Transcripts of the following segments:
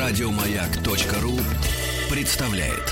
Радиомаяк.ру представляет.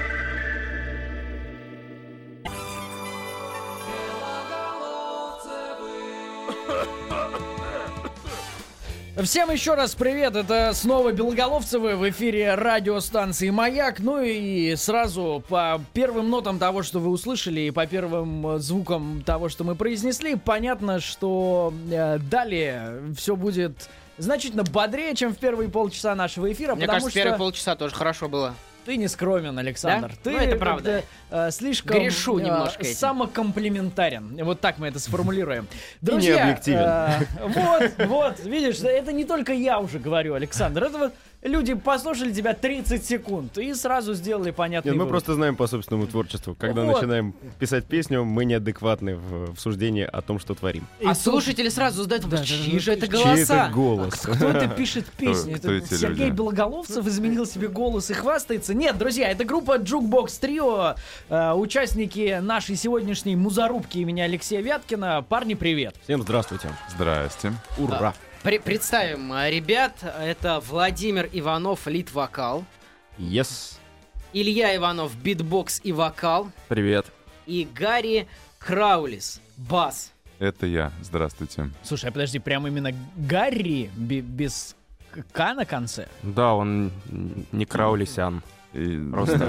Всем еще раз привет, это снова Белоголовцевы в эфире радиостанции «Маяк». Ну и сразу по первым нотам того, что вы услышали, и по первым звукам того, что мы произнесли, понятно, что далее все будет значительно бодрее, чем в первые полчаса нашего эфира. Мне кажется, первые полчаса тоже хорошо было. Ты не скромен, Александр. Да? Ты это правда. Слишком грешу немножко самокомплиментарен. Вот так мы это сформулируем. Друзья, не объективен. Вот, видишь, это не только я уже говорю, Александр. Это вот люди послушали тебя 30 секунд и сразу сделали понятный Нет, мы вывод. просто знаем по собственному творчеству. Когда начинаем писать песню, мы неадекватны в суждении о том, что творим. А слушатели сразу задают вопрос, чьи же это Чей голоса? это голос? Кто это пишет песни? Кто Это эти Сергей люди? Белоголовцев изменил себе голос и хвастается? Нет, друзья, это группа Jukebox Trio, участники нашей сегодняшней музарубки имени Алексея Вяткина. Парни, привет. Всем здравствуйте. Здрасте. Ура. Представим ребят. Это Владимир Иванов, лид-вокал. Yes. Илья Иванов, битбокс и вокал. Привет. И Гарри Краулис, бас. Это я. Здравствуйте. Слушай, а подожди, прям именно Гарри без К на конце? Да, он не Краулисян. Просто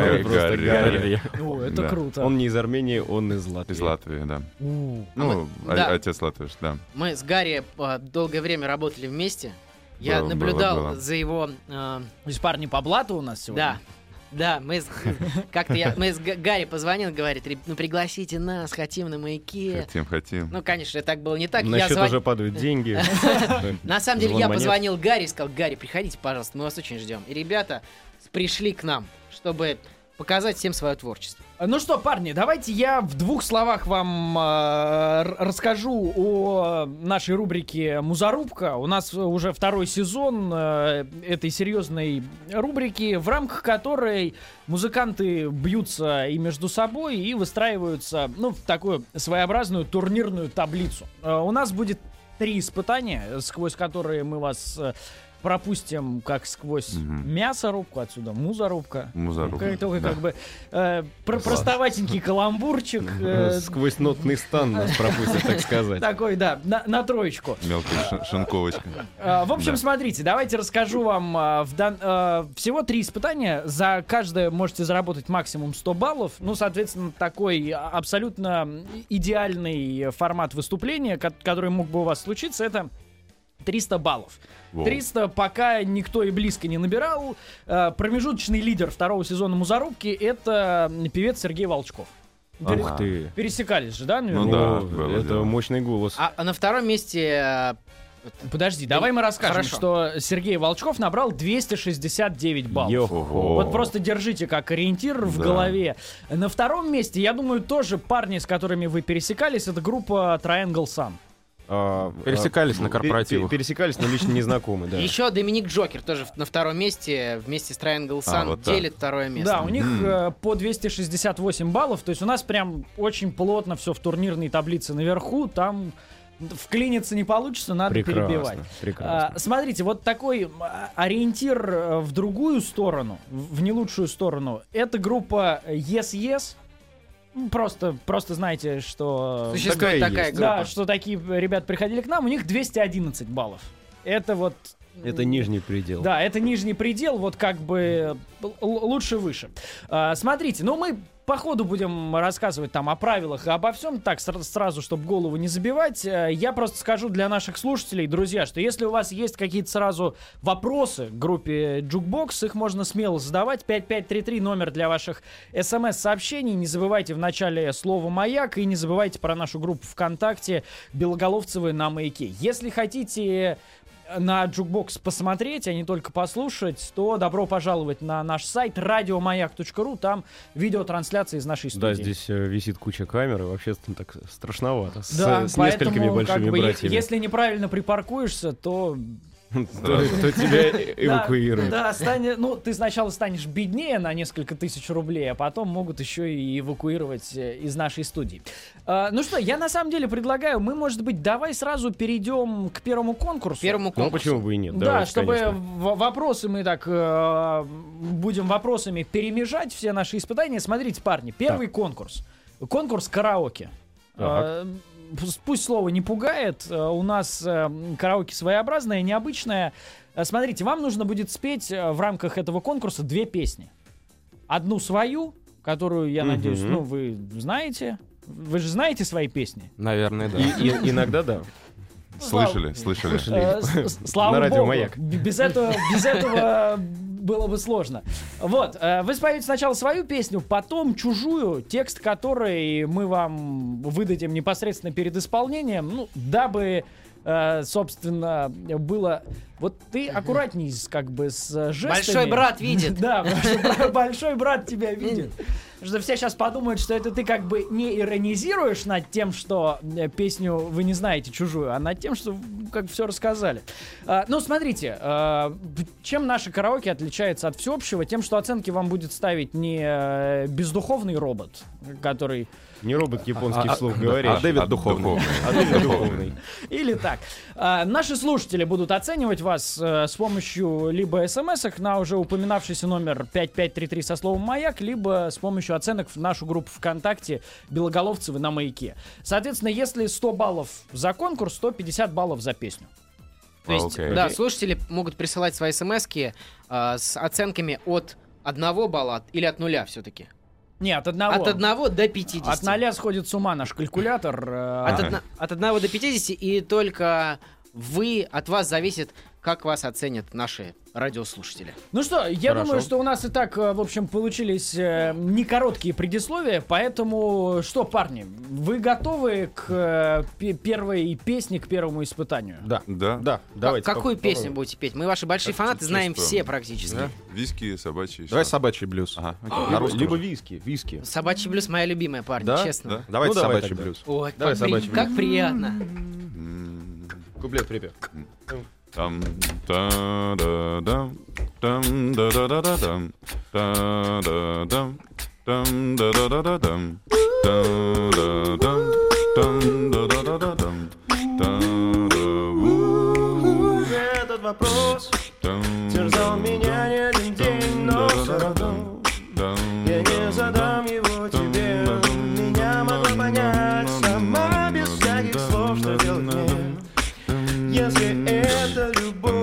Гарри. О, это Да. круто. Он не из Армении, он из Латвии. Из Латвии, да. мы- да. Отец латвиш, да. Мы с Гарри долгое время работали вместе. Я Было, наблюдал было. за его... То есть парни по блату у нас сегодня? Да, мы с Гарри позвонил, говорит, ну пригласите нас, хотим на маяке. Хотим. Ну, конечно, так было не так. На Я счет звон- уже падают деньги. На самом деле, Звон я монет. позвонил Гарри и сказал, Гарри, приходите, пожалуйста, мы вас очень ждем. И ребята пришли к нам, чтобы показать всем свое творчество. Ну что, парни, давайте я в двух словах вам расскажу о нашей рубрике «Музарубка». У нас уже второй сезон этой серьезной рубрики, в рамках которой музыканты бьются и между собой, и выстраиваются, в такую своеобразную турнирную таблицу. У нас будет 3 испытания, сквозь которые мы вас... пропустим как сквозь мясорубку, отсюда музарубка. Музарубка, Только да. как бы простоватенький каламбурчик. Сквозь нотный стан нас пропустят, так сказать. Такой, да, на троечку. Мелкая шинковочка. В общем, Да. смотрите, давайте расскажу вам. Всего 3 испытания. За каждое можете заработать максимум 100 баллов. Ну, соответственно, такой абсолютно идеальный формат выступления, который мог бы у вас случиться, это 300 баллов. Воу. 300 пока никто и близко не набирал. Промежуточный лидер второго сезона «Музарубки» — это певец Сергей Волчков. Ух ты. Пересекались же, да? Ну да, О, было это дело. мощный голос. А на втором месте... Подожди, давай мы расскажем, Хорошо. что Сергей Волчков набрал 269 баллов. Йо-хо-хо. Вот просто держите как ориентир в Да. голове. На втором месте, я думаю, тоже парни, с которыми вы пересекались, это группа Triangle Sun. Пересекались на корпоративах. Пересекались, но лично не знакомы, да. Еще Доминик Джокер тоже на втором месте вместе с Triangle Sun вот так. делит второе место. Да, у них по 268 баллов, то есть у нас прям очень плотно все в турнирной таблице наверху, там вклиниться не получится, надо перебивать. Прекрасно. Смотрите, вот такой ориентир в другую сторону, в не лучшую сторону, это группа Yes Yes. Просто знаете, что... Существует такая есть. группа. Да, что такие ребята приходили к нам, у них 211 баллов. Это вот... Это нижний предел. Да, это нижний предел, вот как бы лучше выше. Смотрите, мы по ходу будем рассказывать там о правилах и обо всем, так сразу, чтобы голову не забивать. Я просто скажу для наших слушателей, друзья, что если у вас есть какие-то сразу вопросы к группе Jukebox, их можно смело задавать. 5533 номер для ваших смс-сообщений. Не забывайте в начале слова «Маяк» и не забывайте про нашу группу ВКонтакте «Белоголовцевы на маяке». Если хотите на Jukebox посмотреть, а не только послушать, то добро пожаловать на наш сайт радиомаяк.ру, там видеотрансляция из нашей студии. Да, здесь висит куча камер, и вообще так страшновато. Да, С поэтому, несколькими большими как бы, братьями. если неправильно припаркуешься, то То тебя эвакуируют. Да, ты сначала станешь беднее на несколько тысяч рублей, а потом могут еще и эвакуировать из нашей студии. Ну что, я на самом деле предлагаю, мы, может быть, давай сразу перейдем к первому конкурсу. Ну, почему бы и нет? Да, Давайте, чтобы конечно. вопросы мы так будем вопросами перемежать все наши испытания. Смотрите, парни, первый конкурс. Конкурс караоке. Так. Пусть слово не пугает, у нас караоке своеобразное, необычное. Смотрите, вам нужно будет спеть в рамках этого конкурса 2 песни. Одну свою, которую, я надеюсь, вы знаете. Вы же знаете свои песни? Наверное, да. Иногда да. Слышали. Слава На радио богу. «Маяк». Без этого было бы сложно. Вот, вы споете сначала свою песню, потом чужую, текст которой мы вам выдадим непосредственно перед исполнением, ну, дабы, собственно, было... Вот ты аккуратней как бы с жестами. Большой брат видит. Да, большой брат тебя видит. Потому что все сейчас подумают, что это ты как бы не иронизируешь над тем, что песню вы не знаете чужую, а над тем, что как все рассказали. Ну, смотрите, чем наше караоке отличается от всеобщего? Тем, что оценки вам будет ставить не бездуховный робот, который... Не робот японских слов говорящий. А Дэвид Духовный. А Дэвид Духовный. Или так. Наши слушатели будут оценивать вас с помощью либо смс-ок на уже упоминавшийся номер 5533 со словом «Маяк», либо с помощью оценок в нашу группу ВКонтакте «Белоголовцевы на Маяке». Соответственно, если 100 баллов за конкурс, то 50 баллов за песню. То есть, да, слушатели могут присылать свои смс-ки с оценками от 1 балла или от 0 все-таки. Не, от 1. От 1 до 50. От 0 сходит с ума наш калькулятор. От 1 до 50, и только от вас зависит, как вас оценят наши радиослушатели. Ну что, я Хорошо. думаю, что у нас и так, в общем, получились не короткие предисловия, поэтому что, парни, вы готовы к первой песне, к первому испытанию? Да. Да. Давайте. Какую попробуем. песню будете петь? Мы ваши большие фанаты, знаем чувствуем. все практически. Да? Виски, собачьи. Давай что? собачий блюз. Ага, Либо виски. Собачий блюз моя любимая, парни, Да? честно. Да? Давайте Ну, давай собачий тогда. блюз. Ой, Давай собачий блюз. как приятно. Куплет припев. Там та-да-дам, там да-да-да-да-дам, та-да-дам, там да-да-да-да-дам, та-да-дам, там да-да-да-да-дам, та-да-у. Этот вопрос Там терзал меня не один день, но все равно я не задам его тебе. Меня могла понять сама без всяких слов, что делать мне, если это любовь.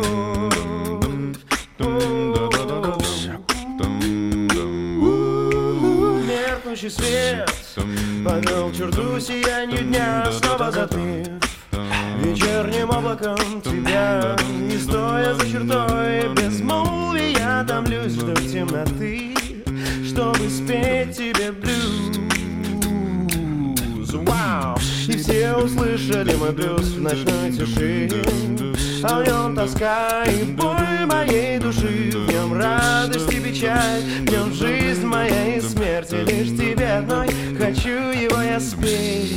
Меркнущий свет повел к черту сиянию дня, снова затмив вечерним облаком тебя. И стоя за чертой безмолвия томлюсь, жду темноты, чтобы спеть тебе блюз. Вау! И все услышали мой блюз в ночной тиши, а в нем тоска и боль моей души, в нем радость и печаль, в нем жизнь моя и смерть, и лишь тебе одной хочу его я спеть.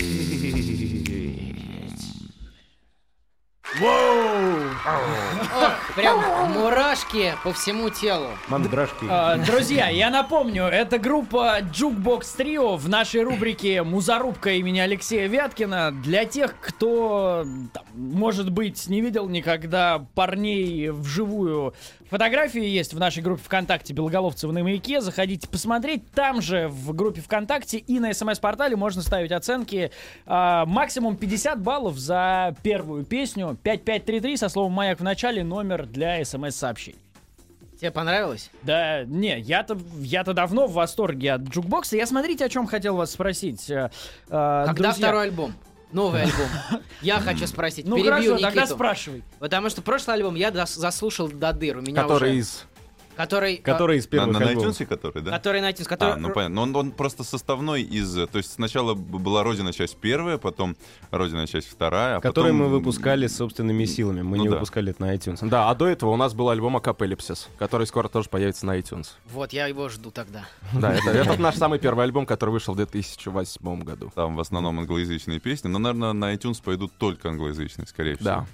Прям мурашки по всему телу. Мандрашки. Друзья, я напомню, это группа Jukebox Trio в нашей рубрике «Музарубка» имени Алексея Вяткина. Для тех, кто, может быть, не видел никогда парней вживую, фотографии есть в нашей группе ВКонтакте «Белоголовцевы на Маяке». Заходите посмотреть. Там же в группе ВКонтакте и на СМС-портале можно ставить оценки. Максимум 50 баллов за первую песню. 5533 со словом «Маяк» в начале, номер для СМС-сообщений. Тебе понравилось? Да, не, я-то давно в восторге от джукбокса. Я, смотрите, о чем хотел вас спросить. Когда Друзья, второй альбом? Новый альбом. Я хочу спросить. ну Перебью хорошо, тогда Никиту. спрашивай. Потому что прошлый альбом я заслушал до дыр. У меня Который уже... из... Который Который из На первых альбомов. iTunes, который, да? Который на iTunes, который... Ну понятно. Но он просто составной из... То есть сначала была Родина часть первая, потом Родина часть вторая, а Который потом... мы выпускали собственными силами. Мы Ну не да. выпускали это на iTunes. Да, а до этого у нас был альбом Акапеллипсис, который скоро тоже появится на iTunes. Вот, я его жду тогда. Да, это наш самый первый альбом, который вышел в 2008 году. Там в основном англоязычные песни, но, наверное, на iTunes пойдут только англоязычные, скорее всего. Да.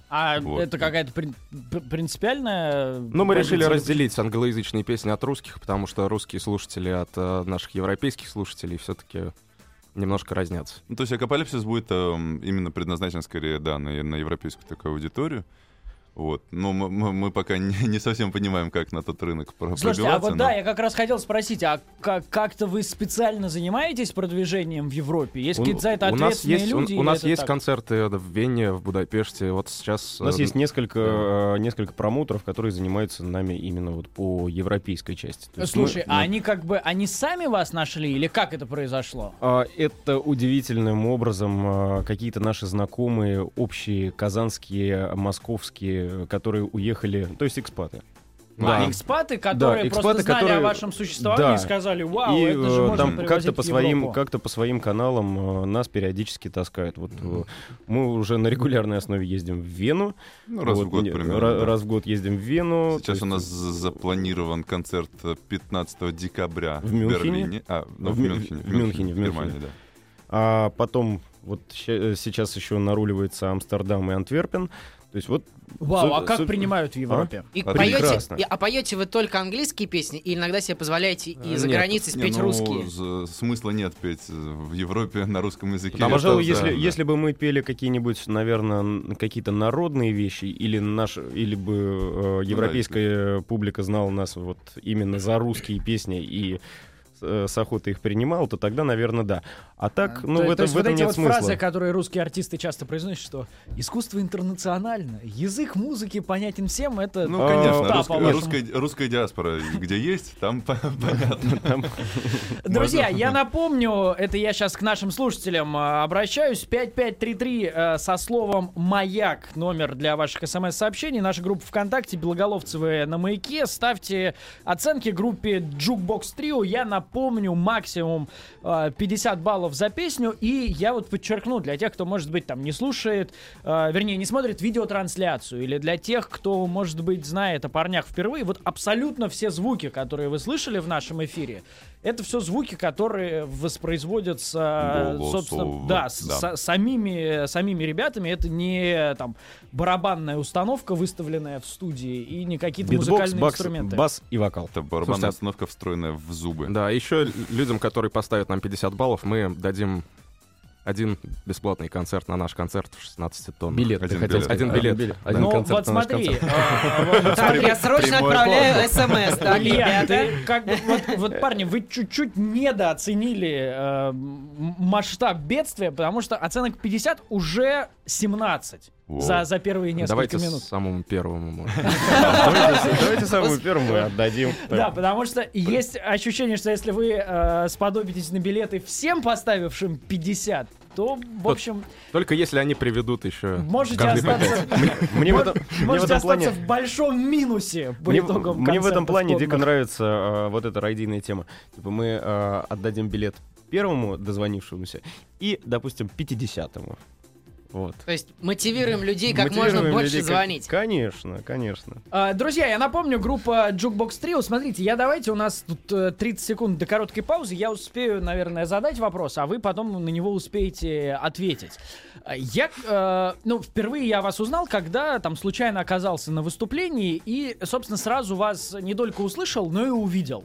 Вот. Это какая-то принципиальная... Ну, мы решили разделить англоязычные песни от русских, потому что русские слушатели от наших европейских слушателей все-таки немножко разнятся. Ну, то есть Акапалипсис будет именно предназначен скорее, да, на европейскую такую аудиторию. Вот. Но мы пока не совсем понимаем, как на тот рынок пробиваться. Слушайте, а вот да, я как раз хотел спросить, а как-то вы специально занимаетесь продвижением в Европе? Есть какие-то за это ответственные люди? У нас есть концерты в Вене, в Будапеште. Вот сейчас... У нас есть несколько промоутеров, которые занимаются нами именно вот по европейской части. Слушай, а они сами вас нашли или как это произошло? Это удивительным образом какие-то наши знакомые, общие, казанские, московские, которые уехали, то есть экспаты. Да. Экспаты, которые просто знали о вашем существовании и сказали: вау, это же можно привозить в Европу. Как-то по своим каналам нас периодически таскают. Вот мы уже на регулярной основе ездим в Вену. Раз в год примерно. Раз в год ездим в Вену. Сейчас у нас запланирован концерт 15 декабря в Берлине. В Мюнхене, в Германии, да. А потом вот сейчас еще наруливается Амстердам и Антверпен. То есть вот... Вау, а как принимают в Европе? Поете вы только английские песни или иногда себе позволяете и за границей спеть русские? Смысла нет петь в Европе на русском языке. Пожалуй, если бы мы пели какие-нибудь, наверное, какие-то народные вещи, или бы европейская публика знала нас вот именно за русские песни и с охотой их принимал, то тогда, наверное, да. А так, в этом нет смысла. Фразы, которые русские артисты часто произносят, что искусство интернационально, язык музыки понятен всем, это... Ну, конечно, русская диаспора, где есть, там понятно. Друзья, я напомню, это я сейчас к нашим слушателям обращаюсь, 5533 со словом «Маяк», номер для ваших смс-сообщений, наша группа ВКонтакте, Белоголовцевы на Маяке, ставьте оценки группе Jukebox Trio, я напомню, максимум 50 баллов за песню, и я вот подчеркну, для тех, кто, может быть, там не слушает, не смотрит видеотрансляцию, или для тех, кто, может быть, знает о парнях впервые, вот абсолютно все звуки, которые вы слышали в нашем эфире, это все звуки, которые воспроизводятся, собственно, самими ребятами, это не там барабанная установка, выставленная в студии, и не какие-то музыкальные инструменты. Бас и вокал. Это барабанная установка, встроенная в зубы. Да, еще людям, которые поставят нам 50 баллов, мы дадим один бесплатный концерт на наш концерт в 16 тонн. Билет. Один билет. Ну, вот смотри. Я срочно отправляю смс, да, ребята. Вот, парни, вы чуть-чуть недооценили масштаб бедствия, потому что оценок 50 уже 17 за первые несколько минут. Давайте самому первому. Давайте самому первому отдадим. Да, потому что есть ощущение, что если вы сподобитесь на билеты всем поставившим 50, то, в общем... Только если они приведут еще... Можете остаться в большом минусе по итогам концерта. Мне в этом плане дико нравится вот эта радийная тема. Типа мы отдадим билет первому дозвонившемуся и, допустим, 50-му. Вот. То есть мотивируем людей как можно больше звонить. Конечно. Друзья, я напомню, группа Jukebox Trio. Смотрите, у нас тут 30 секунд до короткой паузы. Я успею, наверное, задать вопрос, а вы потом на него успеете ответить. Впервые я вас узнал, когда там случайно оказался на выступлении и, собственно, сразу вас не только услышал, но и увидел.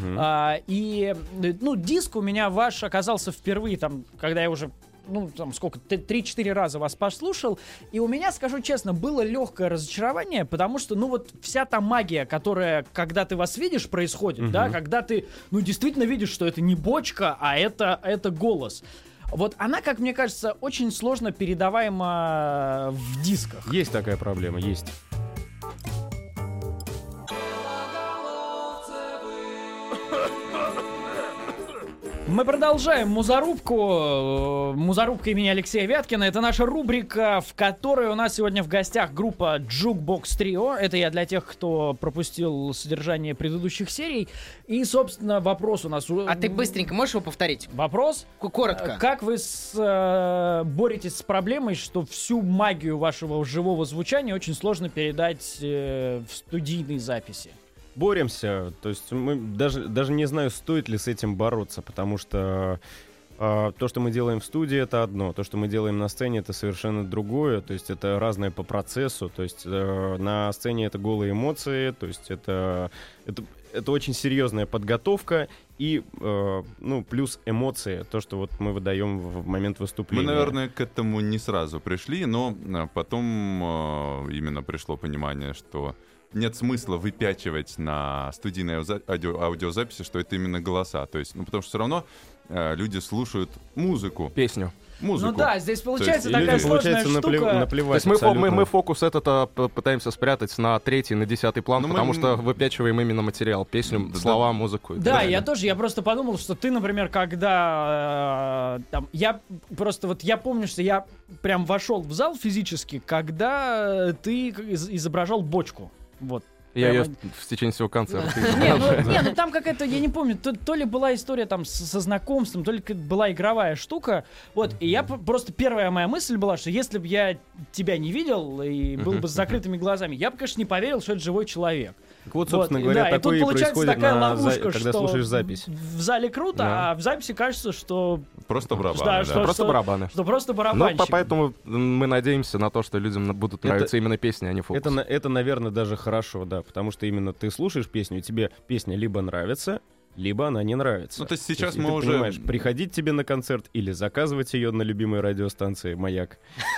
Диск у меня ваш оказался впервые, там, когда я уже 3-4 раза вас послушал, и у меня, скажу честно, было легкое разочарование, потому что, вся та магия, которая, когда ты вас видишь, происходит, да, когда ты, действительно видишь, что это не бочка, а это голос. Вот она, как мне кажется, очень сложно передаваема в дисках. Есть такая проблема, есть. Мы продолжаем музарубку. Музарубка имени Алексея Вяткина. Это наша рубрика, в которой у нас сегодня в гостях группа Jukebox Trio. Это я для тех, кто пропустил содержание предыдущих серий. И, собственно, вопрос у нас... А ты быстренько можешь его повторить? Вопрос? Коротко. Как вы боретесь с проблемой, что всю магию вашего живого звучания очень сложно передать в студийной записи? Боремся, то есть мы даже не знаю, стоит ли с этим бороться, потому что То, что мы делаем в студии, это одно. То, что мы делаем на сцене, это совершенно другое. То есть это разное по процессу. То есть на сцене это голые эмоции. То есть это очень серьезная подготовка и плюс эмоции. То, что вот мы выдаем в момент выступления. Мы, наверное, к этому не сразу пришли, но потом именно пришло понимание, что нет смысла выпячивать на студийной аудиозаписи, что это именно голоса. То есть, потому что все равно люди слушают музыку. Песню. Ну да, здесь получается есть, такая сложная штука. Наплевать. То есть мы фокус этот пытаемся спрятать на 3-й, на 10-й план, потому что выпячиваем именно материал, песню, слова, музыку. Да, я просто подумал, что ты, например, когда я помню, что я прям вошел в зал физически, когда ты изображал бочку. Вот. Я ее в течение всего концерта. Ну там какая-то, я не помню, то ли была история там со знакомством, то ли была игровая штука. Вот, и я просто, первая моя мысль была, что если бы я тебя не видел и был бы с закрытыми глазами, я бы, конечно, не поверил, что это живой человек. Так вот, собственно говоря, да, такое и происходит, когда слушаешь запись. В зале круто, а в записи кажется, что... Просто барабаны. Просто барабаны. Что просто барабанщик. Ну, поэтому мы надеемся на то, что людям будут нравиться именно песни, а не фокус. Это, наверное, даже хорошо, да, потому что именно ты слушаешь песню, и тебе песня либо нравится, либо она не нравится. Ну, то есть сейчас мы уже... понимаешь, приходить тебе на концерт или заказывать ее на любимой радиостанции «Маяк»,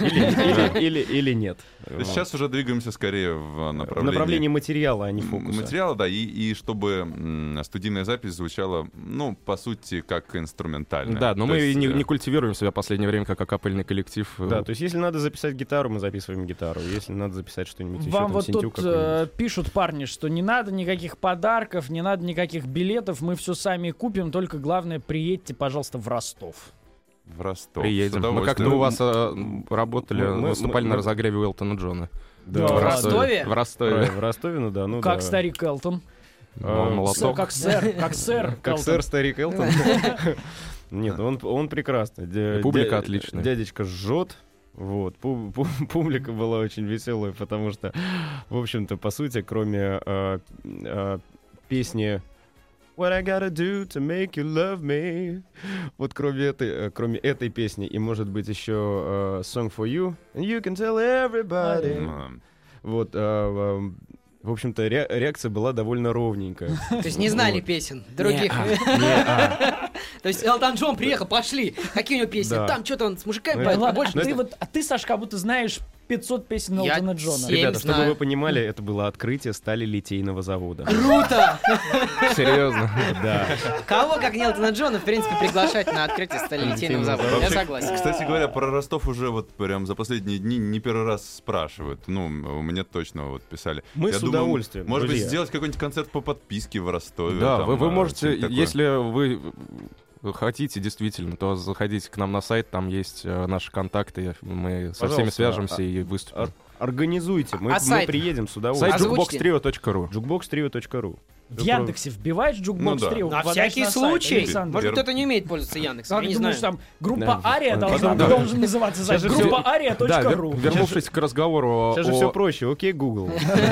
или нет. Сейчас уже двигаемся скорее в направлении материала, а не фокуса. Материала, да, и чтобы студийная запись звучала, ну, по сути, как инструментальная. Да, но мы не культивируем себя в последнее время как акапельный коллектив. Да, то есть если надо записать гитару, мы записываем гитару. Если надо записать что-нибудь еще, вам вот тут пишут парни, что не надо никаких подарков, не надо никаких билетов, мы все сами купим, только главное, приедьте, пожалуйста, в Ростов. В Ростов. Приедем. Мы как-то у вас работали, выступали на разогреве у Элтона Джона. Да. В Ростове? В Ростове. В Ростове, ну да. Как старик Элтон. Молоток. Как сэр. Как сэр старик Элтон. Нет, он прекрасный. Публика отличная. Дядечка жжет. Вот, публика была очень веселая, потому что, в общем-то, по сути, кроме песни What I gotta do to make you love me, вот кроме этой песни, и может быть еще Song for You, and you can tell everybody. Вот, в общем-то, реакция была довольно ровненькая. То есть не знали песен других. То есть Элтон Джон приехал, пошли. Какие у него песни? Там что-то он с мужиками поет, а больше... Ты, Саш, как будто знаешь 500 песен Элтона Джона. Ребята, чтобы вы понимали, это было открытие сталелитейного завода. Круто! Серьезно? Да. Кого, как не Элтона Джона, в принципе, приглашать на открытие сталелитейного завода? Я согласен. Кстати говоря, про Ростов уже вот прям за последние дни не первый раз спрашивают. Ну, мне точно вот писали. Мы с удовольствием. Может быть, сделать какой-нибудь концерт по подписке в Ростове. Да, вы можете, если вы хотите действительно, то заходите к нам на сайт, там есть наши контакты, мы со всеми свяжемся и выступим. Организуйте, мы приедем с удовольствием. Сайт jukeboxtrio.ru. jukeboxtrio.ru. В Яндексе вбиваешь Jukebox Trio. На всякий случай. Может, кто-то не умеет пользоваться Яндексом, я не знаю. Там группа Ария должен называться сайт. Группа Ария.ру. Вернувшись к разговору... Сейчас же все проще, окей, Google.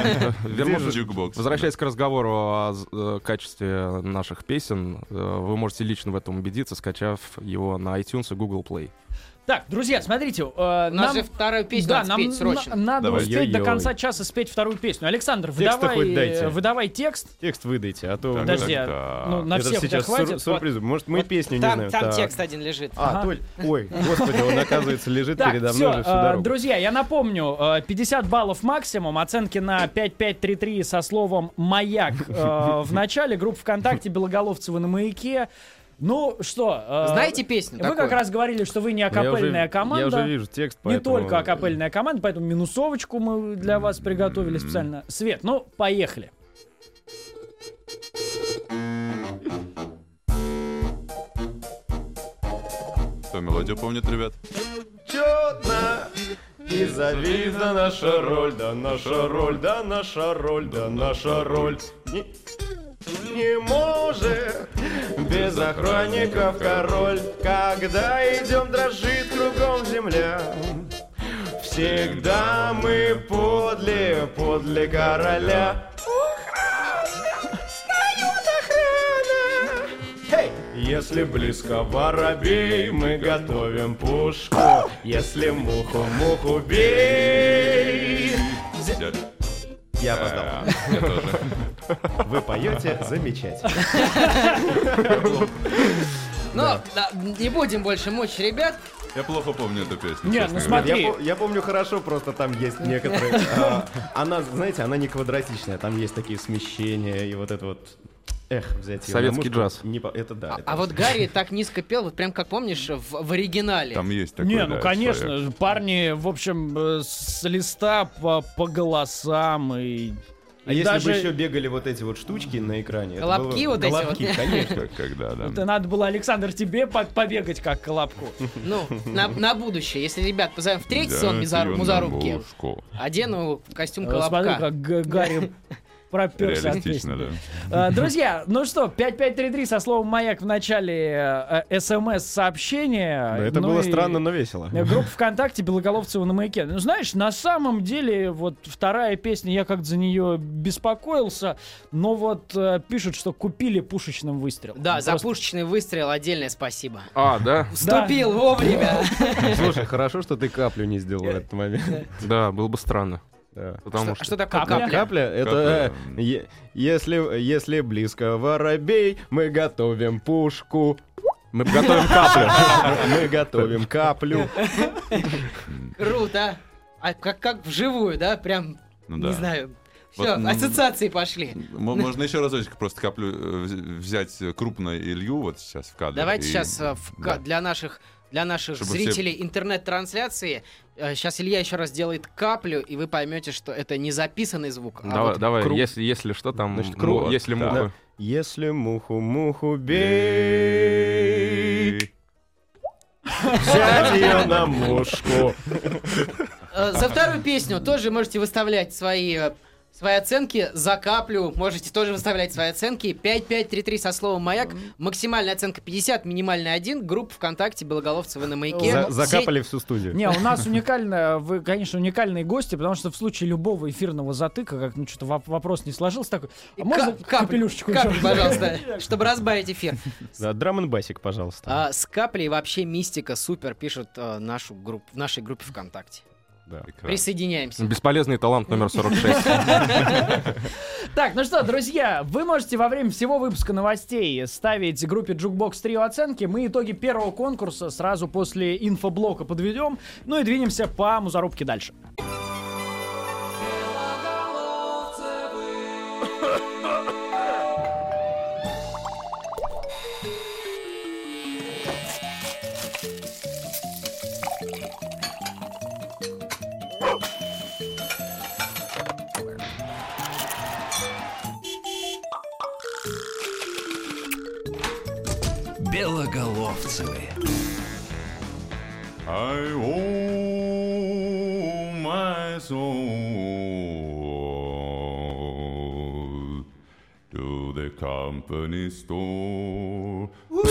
Возвращаясь к разговору о качестве наших песен, вы можете лично в этом убедиться, скачав его на iTunes и Google Play. Так, друзья, смотрите, нам же вторую песню надо спеть срочно. Надо успеть до конца часа спеть вторую песню. Александр, выдавай текст. Текст выдайте, а то... Подожди, на всех у тебя хватит. Сюрприз. Может, мы песню не знаем. Там текст один лежит. Ой, господи, он, оказывается, лежит передо мной же всю дорогу. Друзья, я напомню, 50 баллов максимум, оценки на 5533 со словом «Маяк» в начале, группа ВКонтакте «Белоголовцевы на маяке». Ну что, знаете песню? Вы как раз говорили, что вы не акапельная команда. Я уже вижу текст, поэтому... Не только акапельная команда, поэтому минусовочку мы для вас приготовили специально. Свет, ну, поехали. Кто мелодию помнит, ребят? Чётно и завидна наша роль, да наша роль, да наша роль, да наша роль. Не может без охранников король, когда идем, дрожит кругом земля. Всегда мы подле короля. Охрана! Встает охрана! Hey! Если близко воробей, мы готовим пушку. Если муху бей. Я опоздал. Вы поете замечательно. Но не будем больше мучить ребят. Я плохо помню эту песню. Нет, ну смотри. Я помню хорошо, просто там есть некоторые... Она, знаете, она не квадратичная, там есть такие смещения и вот это вот... взять ее советский джаз. Это да. А вот Гарри так низко пел, вот прям как помнишь, в оригинале. Там есть такое. Не, ну конечно, парни, в общем, с листа по голосам и... А если бы еще бегали вот эти вот штучки на экране? Колобки вот эти вот. Конечно. Когда, да. Это надо было, Александр, тебе побегать как колобку. Ну, на будущее. Если ребят позовем в третий сезон Музарубки, одену костюм Смотри, колобка. как Гарри проперся. Реалистично, да. Друзья, ну что, 5533 со словом «Маяк» в начале СМС-сообщения. Это было странно, но весело. Группа ВКонтакте «Белоголовцева на маяке». Ну, знаешь, на самом деле, вот вторая песня, я как-то за нее беспокоился, но вот пишут, что купили пушечным выстрел. Да, за пушечный выстрел отдельное спасибо. Да? Вступил вовремя. Слушай, хорошо, что ты каплю не сделал в этот момент. Да, было бы странно. Да. Потому Что такое капля? Капля — это если близко воробей, мы готовим пушку. Мы готовим каплю. Мы готовим каплю. Круто. А как вживую, да? Прям, не знаю. Все, Вот, ассоциации пошли. Можно еще разочек просто каплю взять крупно Илью вот сейчас в кадр. Давайте сейчас для наших Чтобы зрителей интернет-трансляции, сейчас Илья еще раз делает каплю, и вы поймете, что это не записанный звук. Давай, если что, там, Значит, если муха. Если муху бей, взять ее на мушку. За вторую песню тоже можете выставлять свои оценки. За каплю можете тоже выставлять свои оценки. 5533 со словом «Маяк». Максимальная оценка 50, минимальная 1. Группа ВКонтакте «Белоголовцева на маяке». Закапали всю студию. Не, у нас вы, конечно, уникальные гости, потому что в случае любого эфирного затыка, как что-то вопрос не сложился такой, а можно капелюшечку каплю, еще? пожалуйста, чтобы разбавить эфир. Да, драм-н-басик, пожалуйста. С каплей вообще мистика супер, пишут в нашей группе ВКонтакте. Да. Присоединяемся. Бесполезный талант номер 46. Так, ну что, друзья, вы можете во время всего выпуска новостей ставить группе Jukebox Trio оценки. Мы итоги первого конкурса сразу после инфоблока подведем. Ну и двинемся по Музарубке дальше. Белоголовцевы. I owe my soul to the company store.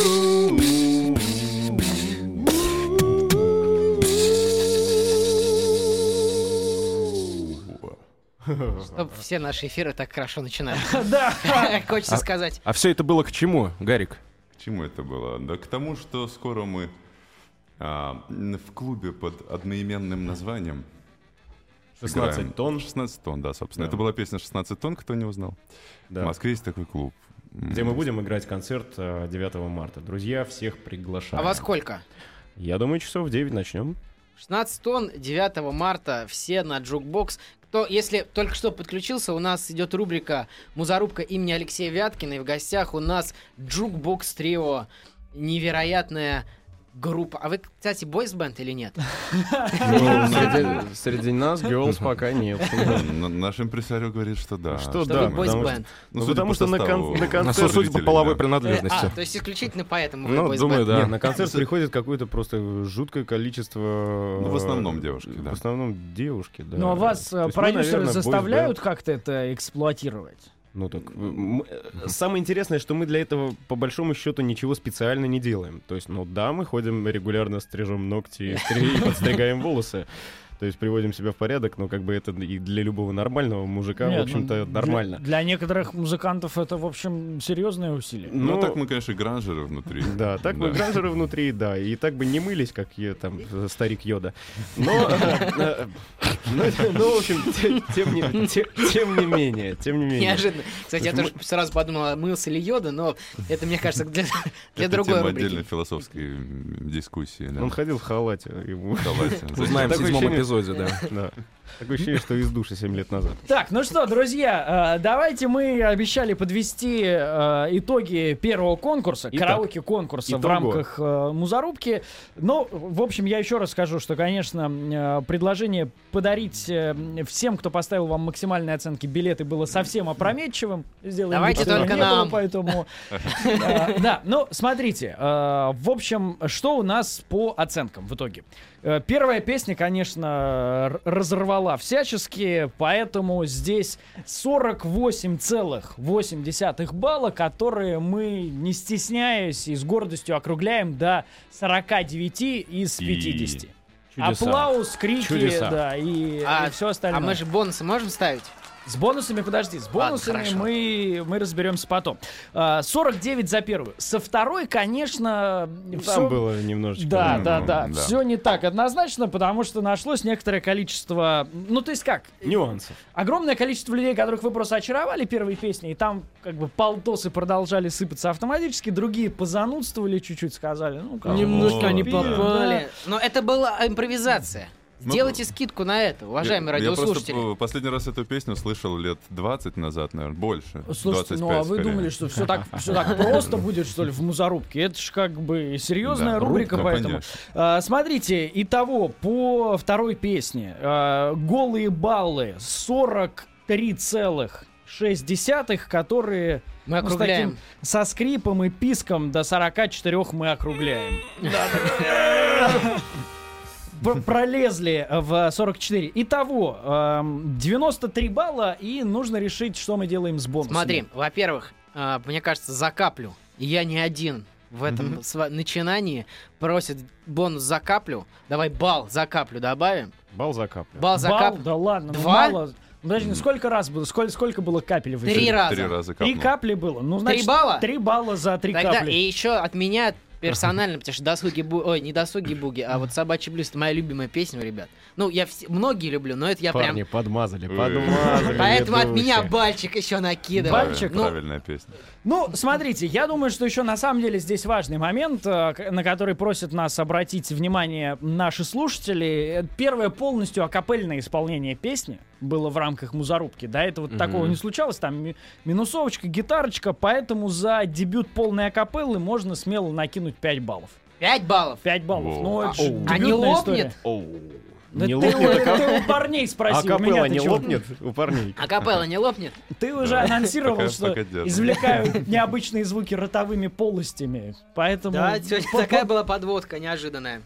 Чтобы все наши эфиры так хорошо начинали. Да. Хочется сказать. А все это было к чему, Гарик? К чему это было? Да к тому, что скоро мы в клубе под одноименным названием 16 играем. тонн. 16 тонн, да, собственно. Да. Это была песня «16 тонн», кто не узнал. Да. В Москве есть такой клуб. Где мы будем играть концерт 9 марта. Друзья, всех приглашаем. А во сколько? Я думаю, часов в 9 начнем. 16 тонн, 9 марта, все на Jukebox. Если только что подключился, у нас идет рубрика «Музарубка» имени Алексея Вяткина. И в гостях у нас Jukebox Trio. Невероятная группа. А вы, кстати, бойс-бенд или нет? Среди нас girls пока нет. Наш импресарио говорит, что да. Что Что да, вы бойс-бенд? потому что на концерт... Судя по половой То принадлежности. есть исключительно поэтому вы Ну, бойс-бенд. думаю, да. Нет, на концерт приходит какое-то просто жуткое количество... Ну, в основном девушки, да. В основном девушки, да. Ну а вас То есть мы, продюсеры наверное, заставляют бойс-бенд. как-то это эксплуатировать? Ну так, самое интересное, что мы для этого по большому счету ничего специально не делаем. То есть, ну да, мы ходим регулярно, стрижем ногти и подстригаем волосы. То есть приводим себя в порядок, но как бы это и для любого нормального мужика, Нет, в общем-то, нормально. Для некоторых музыкантов это, в общем, серьезное усилие. Ну, так мы, конечно, гранжеры внутри. Да, так мы гранжеры внутри, да, и так бы не мылись, как там старик Йода. Но, в общем, тем не менее. Неожиданно. Кстати, я тоже сразу подумал, мылся ли Йода, но это, мне кажется, для другой тема рубрики. отдельной философской дискуссии. Да. Он ходил в халате. Узнаем в 7-м эпизоде, да. Такое ощущение, что из душа 7 лет назад. Так, ну что, друзья, давайте мы обещали подвести итоги первого конкурса, караоке-конкурса в рамках Музарубки. Ну, в общем, я еще раз скажу, что, конечно, предложение подарить всем, кто поставил вам максимальные оценки, билеты было совсем опрометчивым. Давайте только нам. Поэтому, да, ну, смотрите, в общем, что у нас по оценкам в итоге? Первая песня, конечно, разорвала всячески, поэтому здесь 48,8 балла, которые мы, не стесняясь и с гордостью округляем до 49 из 50. Аплаус, крики, да, и все остальное. А мы же бонусы можем ставить? С бонусами, подожди, с бонусами мы разберемся потом. 49 за первую. Со второй, конечно... Там было немножечко... Да. Все не так однозначно, потому что нашлось некоторое количество... Ну, то есть как? Нюансов. Огромное количество людей, которых вы просто очаровали первой песней, и там как бы полтосы продолжали сыпаться автоматически, другие позанудствовали чуть-чуть, сказали. Ну, немножко не попали. попали. Но это была импровизация. Сделайте скидку на это, уважаемые радиослушатели. Я просто последний раз эту песню слышал лет 20 назад, наверное, больше. Слушайте, 25, ну а вы скорее. думали, что все так просто будет, что ли, в Музарубке? Это ж как бы серьезная рубрика, поэтому... Смотрите, итого, по второй песне. Голые баллы 43,6, которые... Мы округляем. Со скрипом и писком до 44 мы округляем. Пролезли в 44. Итого, 93 балла, и нужно решить, что мы делаем с бонусами. Смотри, во-первых, мне кажется, за каплю, и я не один в этом начинании, просит бонус за каплю. Давай балл за каплю добавим. Балл за каплю. Балл за каплю. Да ладно, Два? Подожди, сколько раз было? Сколько было капель в эфире? 3 раза. 3 раза 3 капли было. Ну, значит, 3 балла? 3 балла за 3 Тогда капли. и еще от меня персонально, потому что не досуги буги, а вот «Собачий блюз» — это моя любимая песня, ребят. Ну, я многие люблю, но это я Парни прям... подмазали. Поэтому от меня бальчик еще накидывай. Бальчик? Правильная песня. Ну, смотрите, я думаю, что еще на самом деле здесь важный момент, на который просят нас обратить внимание наши слушатели. Первое полностью акапельное исполнение песни было в рамках Музарубки. До этого такого не случалось. Там минусовочка, гитарочка, поэтому за дебют полной акапеллы можно смело накинуть 5 баллов. 5 баллов? 5 баллов. Во. Ну, это ж А не дебютная лопнет? история. Да Не ты лопнет, у парней спроси, у меня акапелла ты не чё? лопнет у парней. А капелла не лопнет? Ты уже анонсировал, Пока что держим. извлекают необычные звуки ротовыми полостями, поэтому... Да, сегодня такая была подводка неожиданная.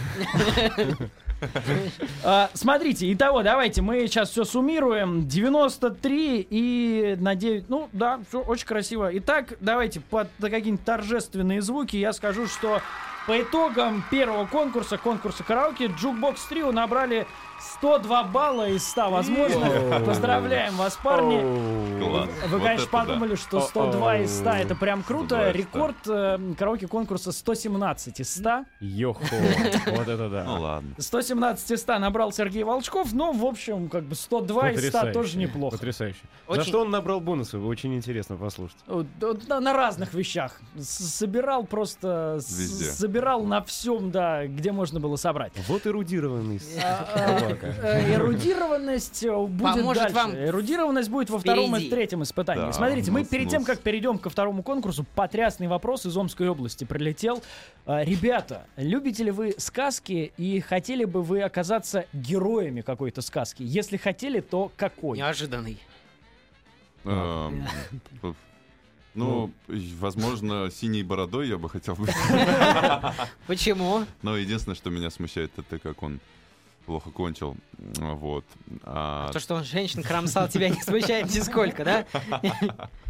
Смотрите, итого, давайте мы сейчас все суммируем. 93 и на 9. Ну, да, все очень красиво. Итак, давайте под какие-нибудь торжественные звуки я скажу, что по итогам первого конкурса караоке Jukebox Trio набрали 102 балла из 100 возможных. Поздравляем вас, парни. Класс. Вы, Вот конечно, это подумали, что 102 из 100 это прям 102 круто. из 100. Рекорд караоке-конкурса 117 из 100. Йохо, вот это да. Ну ладно. 117 из 100 набрал Сергей Волчков, но, в общем, как бы 102 из 100 тоже неплохо. Потрясающе. Очень- За что он набрал бонусы? Очень интересно послушать. На разных вещах. Собирал просто... Везде. Собирал на всем, да, где можно было собрать. Вот эрудированный собака. Эрудированность будет Поможет дальше. вам Эрудированность будет во втором и впереди. третьем испытании. Да, Смотрите, мы ну, перед тем, как перейдем ко второму конкурсу, потрясный вопрос из Омской области прилетел. Ребята, любите ли вы сказки и хотели бы вы оказаться героями какой-то сказки? Если хотели, то какой? Неожиданный. Ну, возможно, синей бородой я бы хотел быть. Почему? Но единственное, что меня смущает, это как он плохо кончил. Вот. То, что он женщин кромсал, тебя не смущает нисколько, да?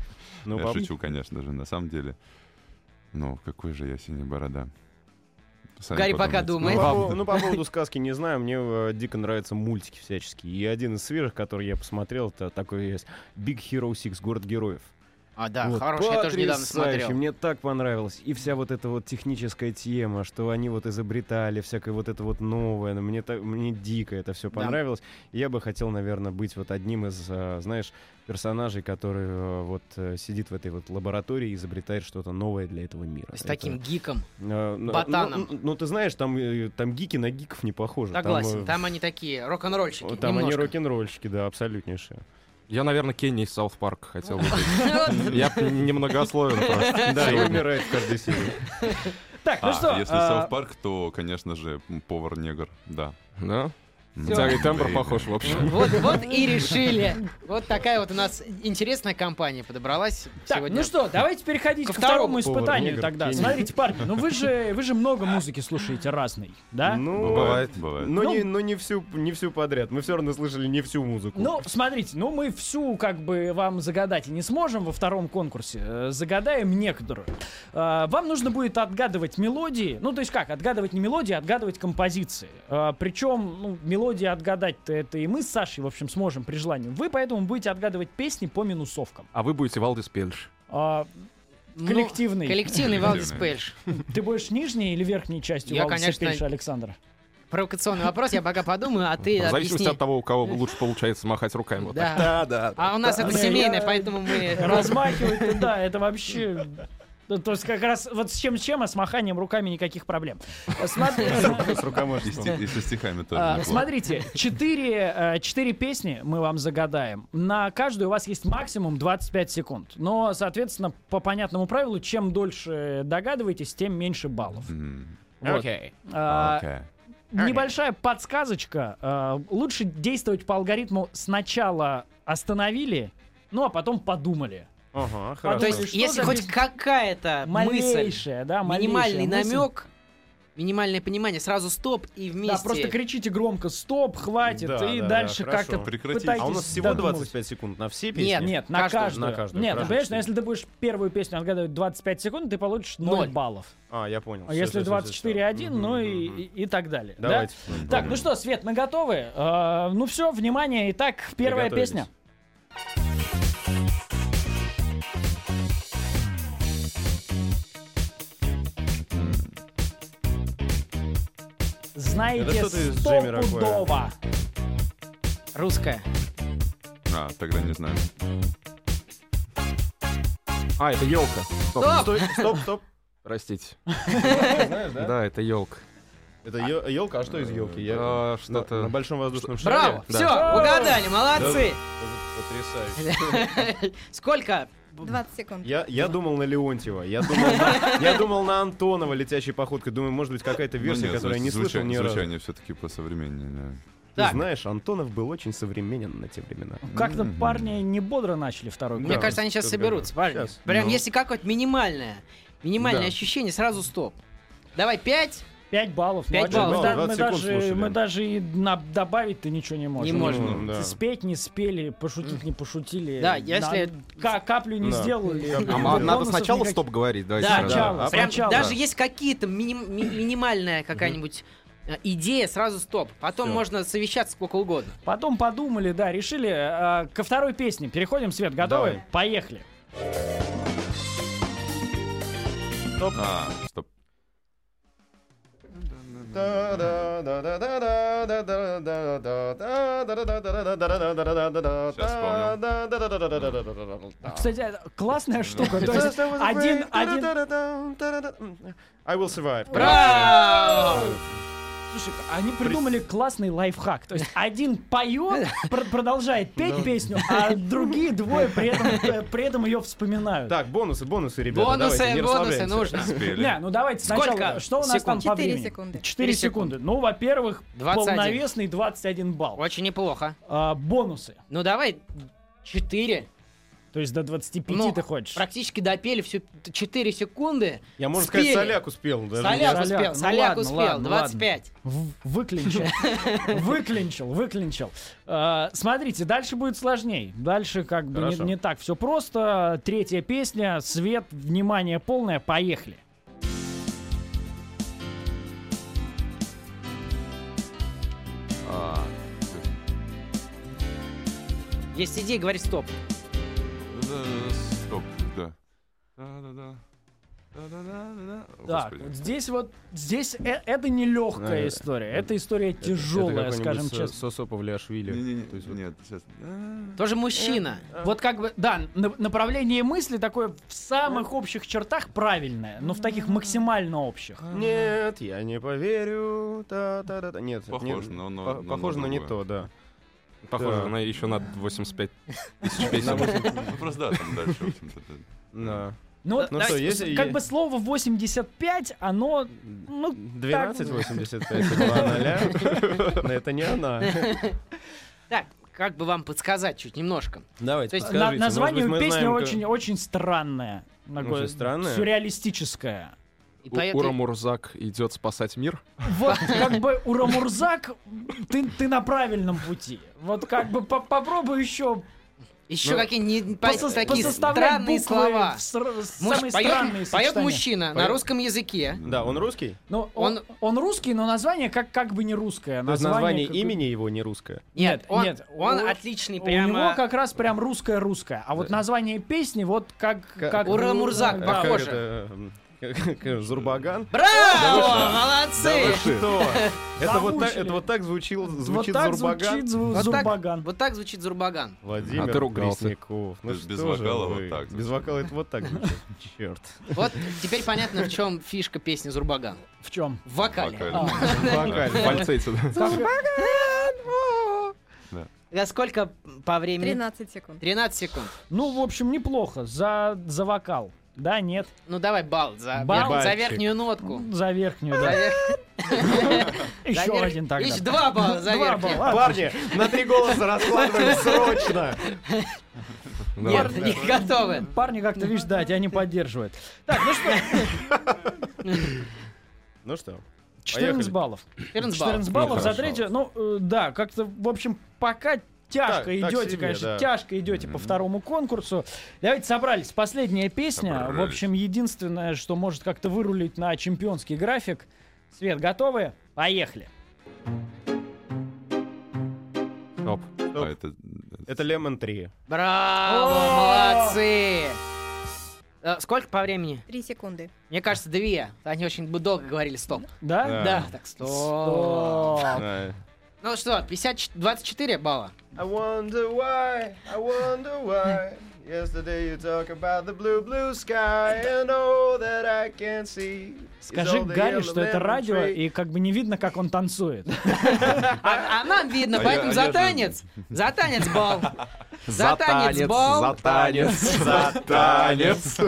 Я шучу, конечно же, на самом деле. Ну, какой же я синий борода. Сами Гарри пока подумайте. думает. Ну, по поводу сказки не знаю, мне дико нравятся мультики всяческие. И один из свежих, который я посмотрел, это такой есть Big Hero 6, Город героев. А, да, Вот, хороший, я тоже недавно потрясающе, смотрел. мне так понравилось. И вся вот эта вот техническая тема, что они вот изобретали, всякое вот это вот новое. Мне дико это все Да. понравилось. И я бы хотел, наверное, быть вот одним из, знаешь, персонажей, который сидит в этой вот лаборатории и изобретает что-то новое для этого мира. С таким гиком. Ну, ботаном. Ну, ты знаешь, там гики на гиков не похожи. Согласен, Там, там они такие рок-н-ролльщики. там они немножко. рок-н-ролльщики, да, абсолютнейшие. Я, наверное, Кенни из Саут Парка хотел бы быть. Я немногословен просто. Да, и умирает в каждой серии. Так, ну что... Если Саут Парк, то, конечно же, повар-негр, да. Да? У тебя и тембр похож, в общем. Вот и решили. Вот такая вот у нас интересная компания подобралась Так, сегодня. ну что, давайте переходить Ко ко второму второму. испытанию Повар-негр, тогда. Кенни. Смотрите, парни, ну вы же много музыки слушаете разной, да? Ну, Бывает. но не всю подряд. Мы все равно слышали не всю музыку. Ну, смотрите, ну мы всю как бы вам загадать и не сможем во втором конкурсе. Загадаем некоторую. Вам нужно будет отгадывать мелодии. Ну, то есть как? Отгадывать не мелодии, а отгадывать композиции. Причем, ну, мелодии отгадать-то это и мы с Сашей, в общем, сможем при желании. Вы поэтому будете отгадывать песни по минусовкам. А вы будете Валдис Пельш. Ну, Коллективный. Коллективный Валдис Пельш. Ты будешь нижней или верхней частью Я, Валдиса конечно, Пельша, Александр? Провокационный вопрос, я пока подумаю, а ты В зависимости объясни. от того, у кого лучше получается махать руками. Вот так. Да. А у нас это Да, семейное, я- поэтому мы... Размахивать, да, это вообще... Ну, то есть как раз вот с чем, а с маханием руками никаких проблем. Смотри, С рукомашеством. И со стихами тоже неплохо. смотрите, 4 песни мы вам загадаем. На каждую у вас есть максимум 25 секунд. Но, соответственно, по понятному правилу, чем дольше догадываетесь, тем меньше баллов. Вот. Окей. Окей. Небольшая подсказочка. Лучше действовать по алгоритму сначала остановили, ну а потом подумали. Ага, То хорошо. То есть, есть, что если за хоть без- какая-то мысль, Малейшая, да, минимальный малейшая мысль. намек, минимальное понимание, сразу стоп и Да, вместе... просто кричите громко «стоп», «хватит», Да, и да, дальше да, как-то хорошо. Прекратите. пытайтесь А у нас всего додумывать. 25 секунд на все песни? Нет, на Каждую. каждую. На каждую, Нет, хорошо. понимаешь, если ты будешь первую песню отгадывать 25 секунд, ты получишь 0 Ноль. баллов. А, я понял. А если 24-1, ну и так далее. Да? Давайте. Так, ну что, Свет, мы готовы? Ну все, внимание. Итак, первая Приготовились. песня. Знаете Это что-то из Джейми стопудово. Русская. Тогда не знаю. А, это елка. Стоп. Стоп. Простите. Знаешь, да? Да, это елка. Это елка, а что из елки? Что-то. На большом воздушном шаре. Браво! Да. Все, угадали, молодцы! Потрясающе. Сколько? 20 секунд. Я думал на Леонтьева, я думал на Антонова летящей походкой. Думаю, может быть, какая-то версия, Ну, нет, которую я не слышал ни разу. Звучание все-таки посовременнее. да. Ты Так. знаешь, Антонов был очень современен на те времена. Как-то парни не бодро начали второй Мне год. кажется, они сейчас тут соберутся, парни. Сейчас. Прям Ну. если какое-то минимальное Да. ощущение, сразу стоп. Давай 5. 5 баллов. 5 Ну, а чё, баллов. мы 20 секунд слушали. мы даже и добавить-то ничего не можем. Не можем. Ну, да. Спеть не спели, пошутить не пошутили. Да, если- Каплю не Да. сделали. Каплю не А сделали. надо бонусов сначала никаких. стоп говорить. Давайте Да, сразу. сначала. Прям сначала. даже есть какие-то минимальная какая-нибудь идея, сразу стоп. Потом Всё. можно совещаться сколько угодно. Потом подумали, да, решили. Ко второй песне переходим. Свет, готовы? Давай. Поехали. Стоп. Кстати, это классная штука. То есть один... I will survive. Браво! Слушай, они придумали классный лайфхак. То есть один поет, продолжает петь песню, а другие двое при этом ее вспоминают. Так, бонусы, ребята. давайте, не Бонусы расслабляемся. нужно. Спели. Не, ну давайте Сколько сначала. Что у нас там секунд? по 4 времени? секунды. 4 секунды. Ну, во-первых, 21. полновесный 21 балл. Очень неплохо. Бонусы. Ну давай 4. То есть до 25 Ну, ты хочешь. Практически допели всю 4 секунды. Я, можно Спели. сказать, соляк успел. даже Соляк Соляк, успел, ну соляк ладно, успел. ладно, 25. Выклинчил. Смотрите, дальше будет сложней. Дальше как бы Хорошо. не так все просто. Третья песня. Свет, внимание полное. Поехали. Есть идея, говори стоп. Стоп, да. Да-да-да. Да-да-да-да-да. Так, Господи. вот здесь это не легкая история. Это история тяжелая, скажем честно. Сосо Павлиашвили. Не-не-не, То есть вот- нет, сейчас. Тоже мужчина. Вот как бы, да, направление мысли такое в самых общих чертах правильное, но в таких максимально общих. Нет, я не поверю. Та-та-та-та. Нет, Похоже, нет, но похоже на не другое. то, да. Похоже, Да. она еще на 85 тысяч песен. Ну просто да, там дальше, в общем-то. Да. Ну вот, Ну что, если- как бы слово 85, оно, ну, 1285 2 0. Это не она. Так, как бы вам подсказать чуть немножко? Давайте, То есть подскажите, название может быть, мы песни знаем, очень, очень странное. Такое Очень странное? Сюрреалистическое. И поэтому- Урамурзак идет спасать мир. Вот как бы Урамурзак, ты на правильном пути. Вот как бы попробуй еще Еще какие-нибудь такие посоставлять странные буквы слова. в самые странные Поет сочетания. мужчина на Поет. русском языке. Да, он русский? Ну, он русский, но название как бы не русское. То есть название как- имени его не русское? Нет, Нет, он у- отличный У прямо. него как раз прям русское-русское. А вот название песни вот как Урамурзак, да, похоже. Как это, Зурбаган? Браво! Молодцы! Что? Это вот так, Замучили. это вот так звучит Вот так Зурбаган? звучит Вот Зурбаган. Вот так звучит Зурбаган. Владимир А ты ругался. Пресняков. Ну То есть без что же вокала вы? вот так Без звучит. вокала это вот так звучит. Черт. Вот теперь понятно, в чем фишка песни Зурбаган. В чем? В вокале. Вокале. Фальцете, да. А сколько по времени? 13 секунд. 13 секунд. Ну, в общем, неплохо. За вокал. Да, нет. Ну давай балл за, Балл. за верхнюю нотку. За верхнюю, За да. верх- Еще за верх- один тогда. Еще 2 балла за Два верхнюю. балла. Парни, на 3 голоса раскладываем срочно. Да. Нет, не готовы. Парни как-то, видишь, да, тебя не поддерживают. Так, ну что, Ну что? 14 Поехали. баллов. 14 баллов. 14 баллов Ну, за хорошо. третью. Ну, да, как-то, в общем, пока тяжко Так идете, себе, конечно, да. тяжко идете по второму конкурсу. Давайте собрались. Последняя песня. В Собрались. общем, единственное, что может как-то вырулить на чемпионский график. Свет, готовы? Поехали. Стоп. А Это Lemon 3. Браво, молодцы. Сколько по времени? 3 секунды. Мне кажется, 2. Они очень долго говорили стоп. Да? Да. Да, так стоп. Стоп. Да. Ну что, 24 балла. I wonder why, Yesterday you talk about the blue, blue sky and all that I can see. Скажи Гарри, что это радио, и как бы не видно, как он танцует. А нам видно, поэтому за я же- танец. За танец балл. За танец балл. За танец. За танец.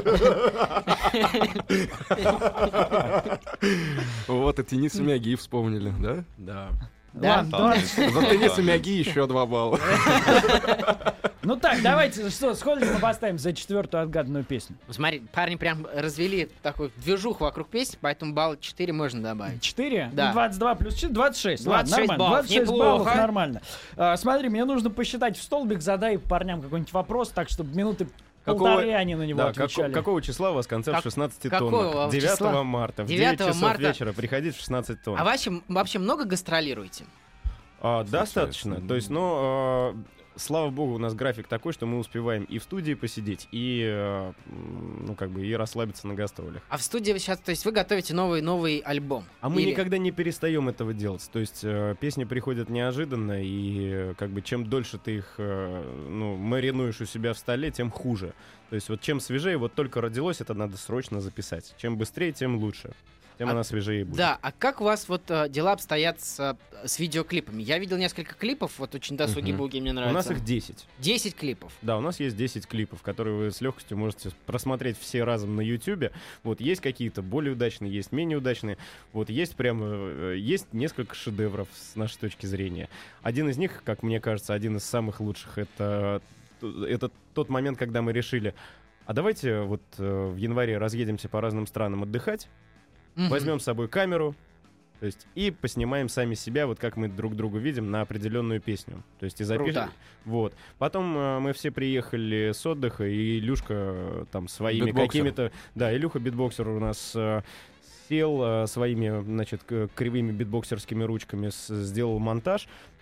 Вот и Тенис и Мяги вспомнили, да? Да. Да. Ладно, давай. За Тенис и Мяги еще 2 балла. Ну так, давайте, что, сколько мы поставим за четвертую отгаданную песню? Смотри, парни прям развели такую движуху вокруг песни, поэтому балл 4 можно добавить. 4? Да. Ну, 22 плюс 4, 26. Ладно, 26 нормально. баллов, 26 неплохо. баллов, нормально. Смотри, мне нужно посчитать в столбик, задай парням какой-нибудь вопрос, так, чтобы минуты полторы они на него Да, отвечали. какого числа у вас концерт Как- 16 какого тонн? 9 числа? марта в 9 9 часов марта. вечера приходить в 16 тонн. А вообще много гастролируете? Достаточно. То есть, ну, слава богу, у нас график такой, что мы успеваем и в студии посидеть, и, ну, как бы, и расслабиться на гастролях. А в студии вы сейчас, то есть вы готовите новый альбом? А мы Или- никогда не перестаем этого делать. То есть песни приходят неожиданно, и как бы чем дольше ты их ну, маринуешь у себя в столе, тем хуже. То есть вот чем свежее, вот только родилось, это надо срочно записать. Чем быстрее, тем лучше. Тем А- она свежее будет. Да, а как у вас вот дела обстоят с видеоклипами? Я видел несколько клипов, вот очень досуги-буги мне У нравятся. нас их 10. 10 клипов. Да, у нас есть 10 клипов, которые вы с легкостью можете просмотреть все разом на YouTube. Вот есть какие-то более удачные, есть менее удачные. Вот есть прямо есть несколько шедевров с нашей точки зрения. Один из них, как мне кажется, один из самых лучших, это тот момент, когда мы решили, а давайте вот в январе разъедемся по разным странам отдыхать, Мгм. возьмем с собой камеру, то есть, и поснимаем сами себя, вот как мы друг друга видим, на определенную песню. То есть и запишем. Круто. Вот. Потом мы все приехали с отдыха, и Илюшка там своими Битбоксер. какими-то... Да, Илюха битбоксер у нас сел своими, значит, кривыми битбоксерскими ручками, сделал монтаж.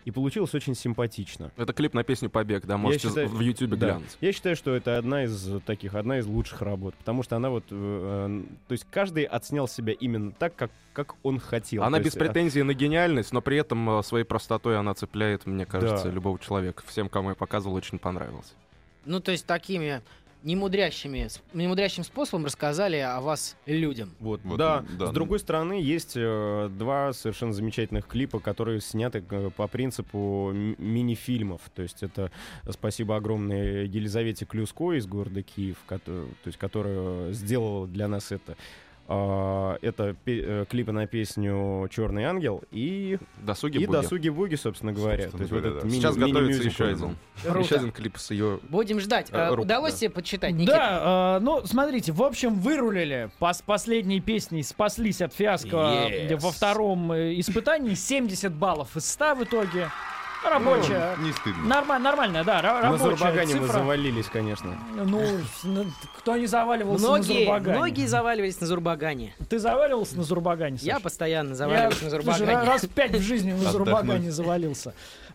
и получилось очень симпатично. Это клип на песню «Побег», да, можете в Ютубе глянуть. Я считаю, что это одна из лучших работ, потому что она то есть каждый отснял себя именно так, как он хотел. Она без претензий на гениальность, но при этом своей простотой она цепляет, мне кажется, любого человека. Всем, кому я показывал, очень понравилось. Ну, то есть такими немудрящим способом рассказали о вас людям. Вот. Да. С другой стороны, есть два совершенно замечательных клипа, которые сняты по принципу мини-фильмов. То есть это спасибо огромное Елизавете Клюско из города Киев, которая сделала для нас это. Это клипы на песню «Черный ангел» и «Досуги-буги», собственно говоря. Сейчас готовится еще один клип с ее... Будем ждать. Удалось себе подсчитать, Никита? Да, ну, смотрите, в общем, вырулили с последней песней, спаслись от фиаско во втором испытании. 70 баллов из 100 в итоге. Рабочая. Не стыдно. Нормально, да, рабочая на Зурбагане цифра. мы завалились, конечно. Ну, кто не заваливался на Зурбагане? Многие заваливались на Зурбагане. Ты заваливался на Зурбагане, Саша? Я постоянно заваливался на Зурбагане. Слушай, раз 5 в жизни на Зурбагане завалился.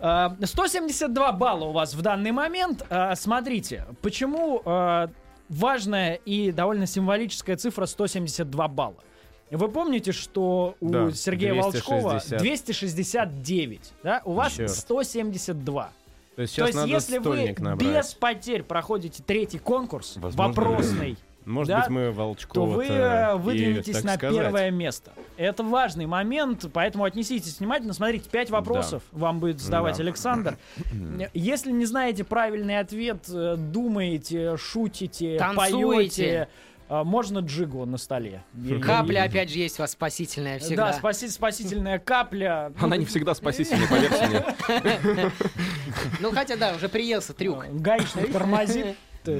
172 балла у вас в данный момент. Смотрите, почему важная и довольно символическая цифра 172 балла? Вы помните, что у Сергея 260. Волчкова 269, да? У вас 172. То есть если вы без потерь проходите третий конкурс, вопросный, может быть, мы Волчкова, то вы выдвинетесь на первое место. Это важный момент, поэтому отнеситесь внимательно. Смотрите, 5 вопросов вам будет задавать Александр. Если не знаете правильный ответ, думаете, шутите, поете... Можно джигу на столе. Капля, опять же, есть у вас спасительная всегда. Да, спасительная капля. Она не всегда спасительная, поверьте мне. Ну, хотя, да, уже приелся трюк. Гаечник тормозит.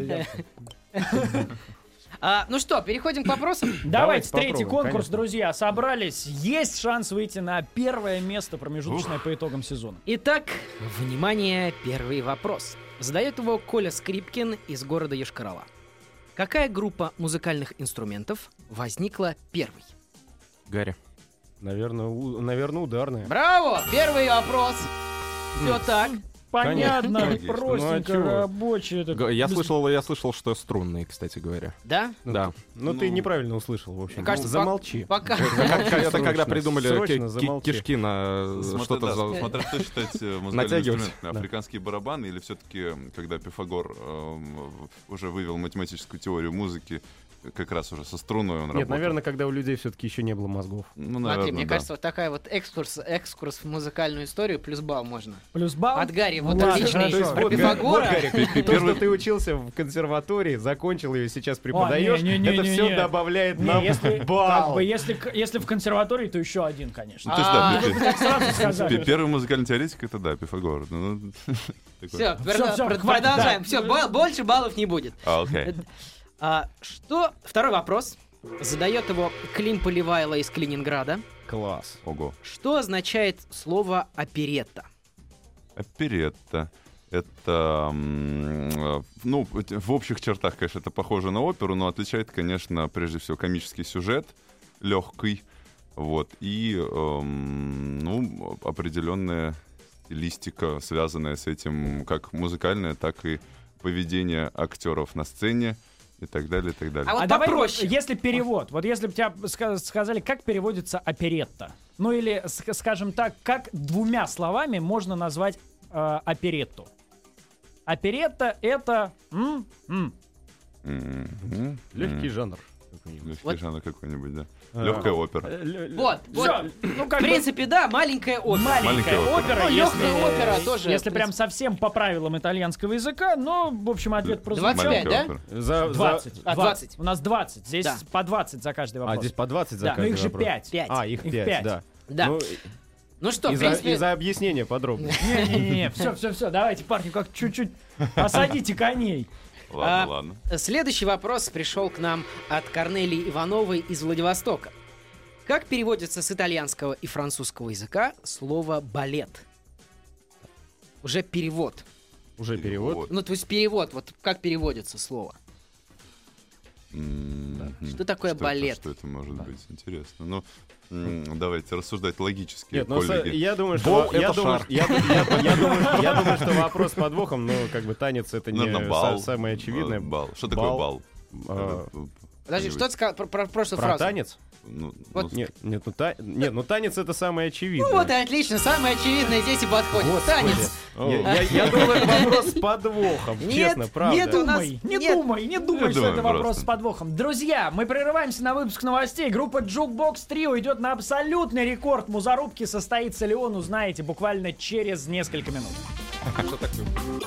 Ну что, переходим к вопросам? Давайте третий конкурс, друзья, собрались. Есть шанс выйти на первое место промежуточное по итогам сезона. Итак, внимание, первый вопрос. Задает его Коля Скрипкин из города Йошкар-Ола. Какая группа музыкальных инструментов возникла первой? Гарри. Наверное, ударная. Браво! Первый вопрос. Все так. Понятно, Конечно. простенько, рабочий. Я слышал, что струнные, кстати говоря. Да? Да. Ну, ты неправильно услышал, в общем. Мне кажется, замолчи. Пока. Это когда придумали Срочно кишки на что-то за... Смотря что считать музыкальный инструмент. Африканские барабаны или все-таки, когда Пифагор уже вывел математическую теорию музыки, как раз уже со струной он работал. Нет, наверное, когда у людей все-таки еще не было мозгов. Ну, Смотри, наверное, мне кажется, вот такая вот экскурс в музыкальную историю, плюс балл можно. Плюс балл? От Гарри, вот Ладно, отличный хорошо. про Пифагора. То, что ты учился в консерватории, закончил ее, сейчас преподаешь, это все добавляет нам балл. Если в консерватории, то еще один, конечно. Ну, то есть, Вы бы так сразу сказали. первый музыкальный теоретик — это, да, Пифагор. Все, хватит, продолжаем. да. Все, больше баллов не будет. Окей. Второй вопрос. Задает его Клим Поливайло из Калининграда. Класс. Ого. Что означает слово оперетта? Оперетта. Это, ну, в общих чертах, конечно, это похоже на оперу, но отличает, конечно, прежде всего комический сюжет, легкий, вот, и, ну, определенная стилистика, связанная с этим, как музыкальная, так и поведение актеров на сцене, и так далее, и так далее. А вот давай, попроще. если перевод, вот если бы тебя сказали, как переводится оперетта, ну или, скажем так, как двумя словами можно назвать оперетту? Оперетта — это... Легкий жанр. Легкий жанр какой-нибудь, да. Легкая опера. Вот. Ну, В принципе, да, маленькая опера. маленькая опера, Ну, если, легкая опера тоже. если прям совсем по правилам итальянского языка, но, в общем, ответ прозвучал. 25, да? Опера. 20. 20. У нас 20. Здесь Да. по 20 за каждый вопрос. Здесь по 20 за Да, но каждый их же вопрос. 5. 5. Их Их 5, пять. да. Да. Ну, Ну что, в и принципе... за объяснение подробно. Не-не-не, все, давайте, парни, как чуть-чуть посадите коней. Ладно. Следующий вопрос пришел к нам от Корнелии Ивановой из Владивостока. Как переводится с итальянского и французского языка слово «балет»? Уже перевод. Уже перевод. Ну, то есть перевод, вот как переводится слово? Что такое балет? Что это может быть? Интересно. Ну, давайте рассуждать логически. Нет, коллеги. я думаю, Бол что... — Я это думаю, шар. я думаю, что вопрос с подвохом, но как бы танец — это не Наверное, бал. самое очевидное. Бал. Что такое бал? А, Подожди, что ты сказал про прошлую Про фразу? танец? Ну, Вот. Нет, ну танец — это самое очевидное. Ну вот и отлично, самое очевидное здесь и подходит. Господи. Танец. Я думал, это вопрос с подвохом, Нет, честно, правда. Не думай, нас не нет. думай, не думай, Не что думай это вопрос просто. с подвохом. Друзья, мы прерываемся на выпуск новостей. Группа Jukebox Trio идет на абсолютный рекорд музарубки. Состоится ли он, узнаете буквально через несколько минут. Что такое?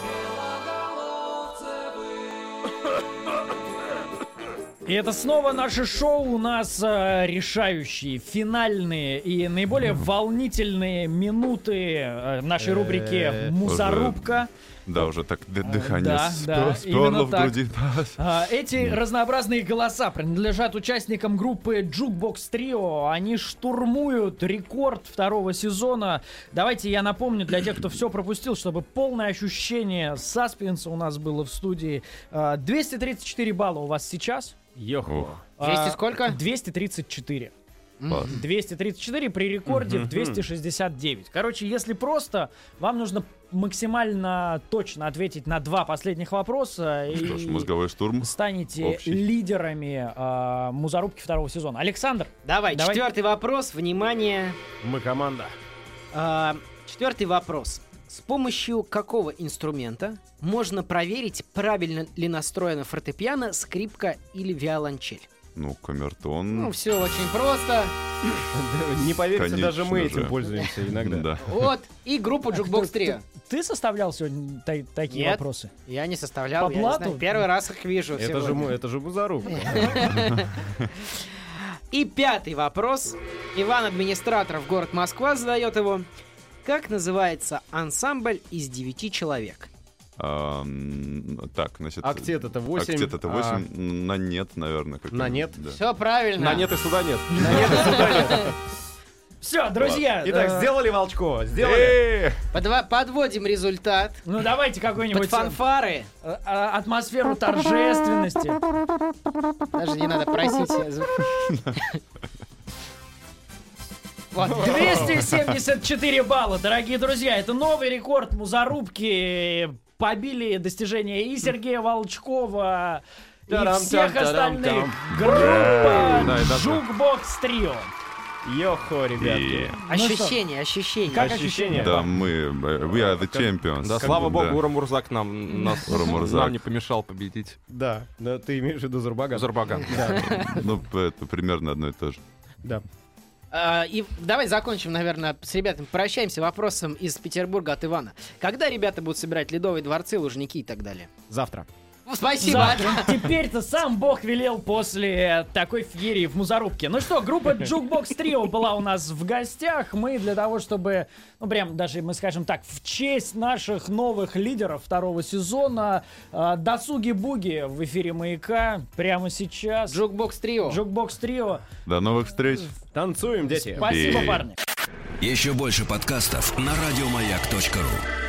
И это снова наше шоу. У нас решающие, финальные и наиболее волнительные минуты нашей рубрики «Музарубка». да, уже так дыхание да, да, именно сперло в так. груди. Эти разнообразные голоса принадлежат участникам группы Jukebox Trio. Они штурмуют рекорд второго сезона. Давайте я напомню для тех, кто все пропустил, чтобы полное ощущение саспенса у нас было в студии. 234 балла у вас сейчас. Йоху. 200 сколько? 234. Класс. 234 при рекорде в 269. Короче, если просто, вам нужно максимально точно ответить на 2 последних вопроса. Что ж, и мозговой штурм. станете Общий. лидерами музарубки второго сезона. Александр, Давай, Давай. 4-й вопрос. Внимание. Мы команда. 4-й вопрос. С помощью какого инструмента можно проверить, правильно ли настроена фортепиано, скрипка или виолончель? Ну, камертон. Ну, все очень просто. Не поверите, Конечно даже мы этим же. пользуемся иногда. Да. Вот. И группа Jukebox Trio. ты составлял сегодня такие Нет. вопросы? Я не составлял, По я не блату? знаю, первый раз их вижу Это сегодня. же музарубка. И 5-й вопрос. Иван, администратор в город Москва, задает его. Как называется ансамбль из 9 человек? Так, значит... Актет — это 8. Актет это 8. На нет, наверное. На нет? Да. Все правильно. На нет и суда нет. Все, друзья. Итак, сделали волчко? Сделали? Подводим результат. Ну давайте Под какой-нибудь фанфары. атмосферу торжественности. Даже не надо просить. Вот. 274 балла, дорогие друзья. Это новый рекорд музарубки. Побили достижения и Сергея Волчкова, и всех остальных. Группа Да, и даже- Jukebox Trio. Йохо, ребятки. Ощущения, ощущения. Как Ощущения? ощущение? Да, we are the champions. Да, Как слава бы, богу, да. Ура Мурзак нам не помешал победить Да, ты имеешь в виду Зурбаган? Зурбаган. Ну, это примерно одно и то же. Да. И давай закончим, наверное, с ребятами. Прощаемся вопросом из Петербурга от Ивана. Когда ребята будут собирать ледовые дворцы, лужники и так далее? Завтра. Ну, спасибо. Завтра. Теперь-то сам Бог велел после такой феерии в музарубке. Ну что, группа Jukebox Trio была у нас в гостях. Мы для того, чтобы, ну прям даже, мы скажем так, в честь наших новых лидеров второго сезона, досуги-буги в эфире «Маяка» прямо сейчас. Jukebox Trio. Jukebox Trio. До новых встреч. Танцуем, дети. Спасибо, парни. Еще больше подкастов на радиомаяк.ру.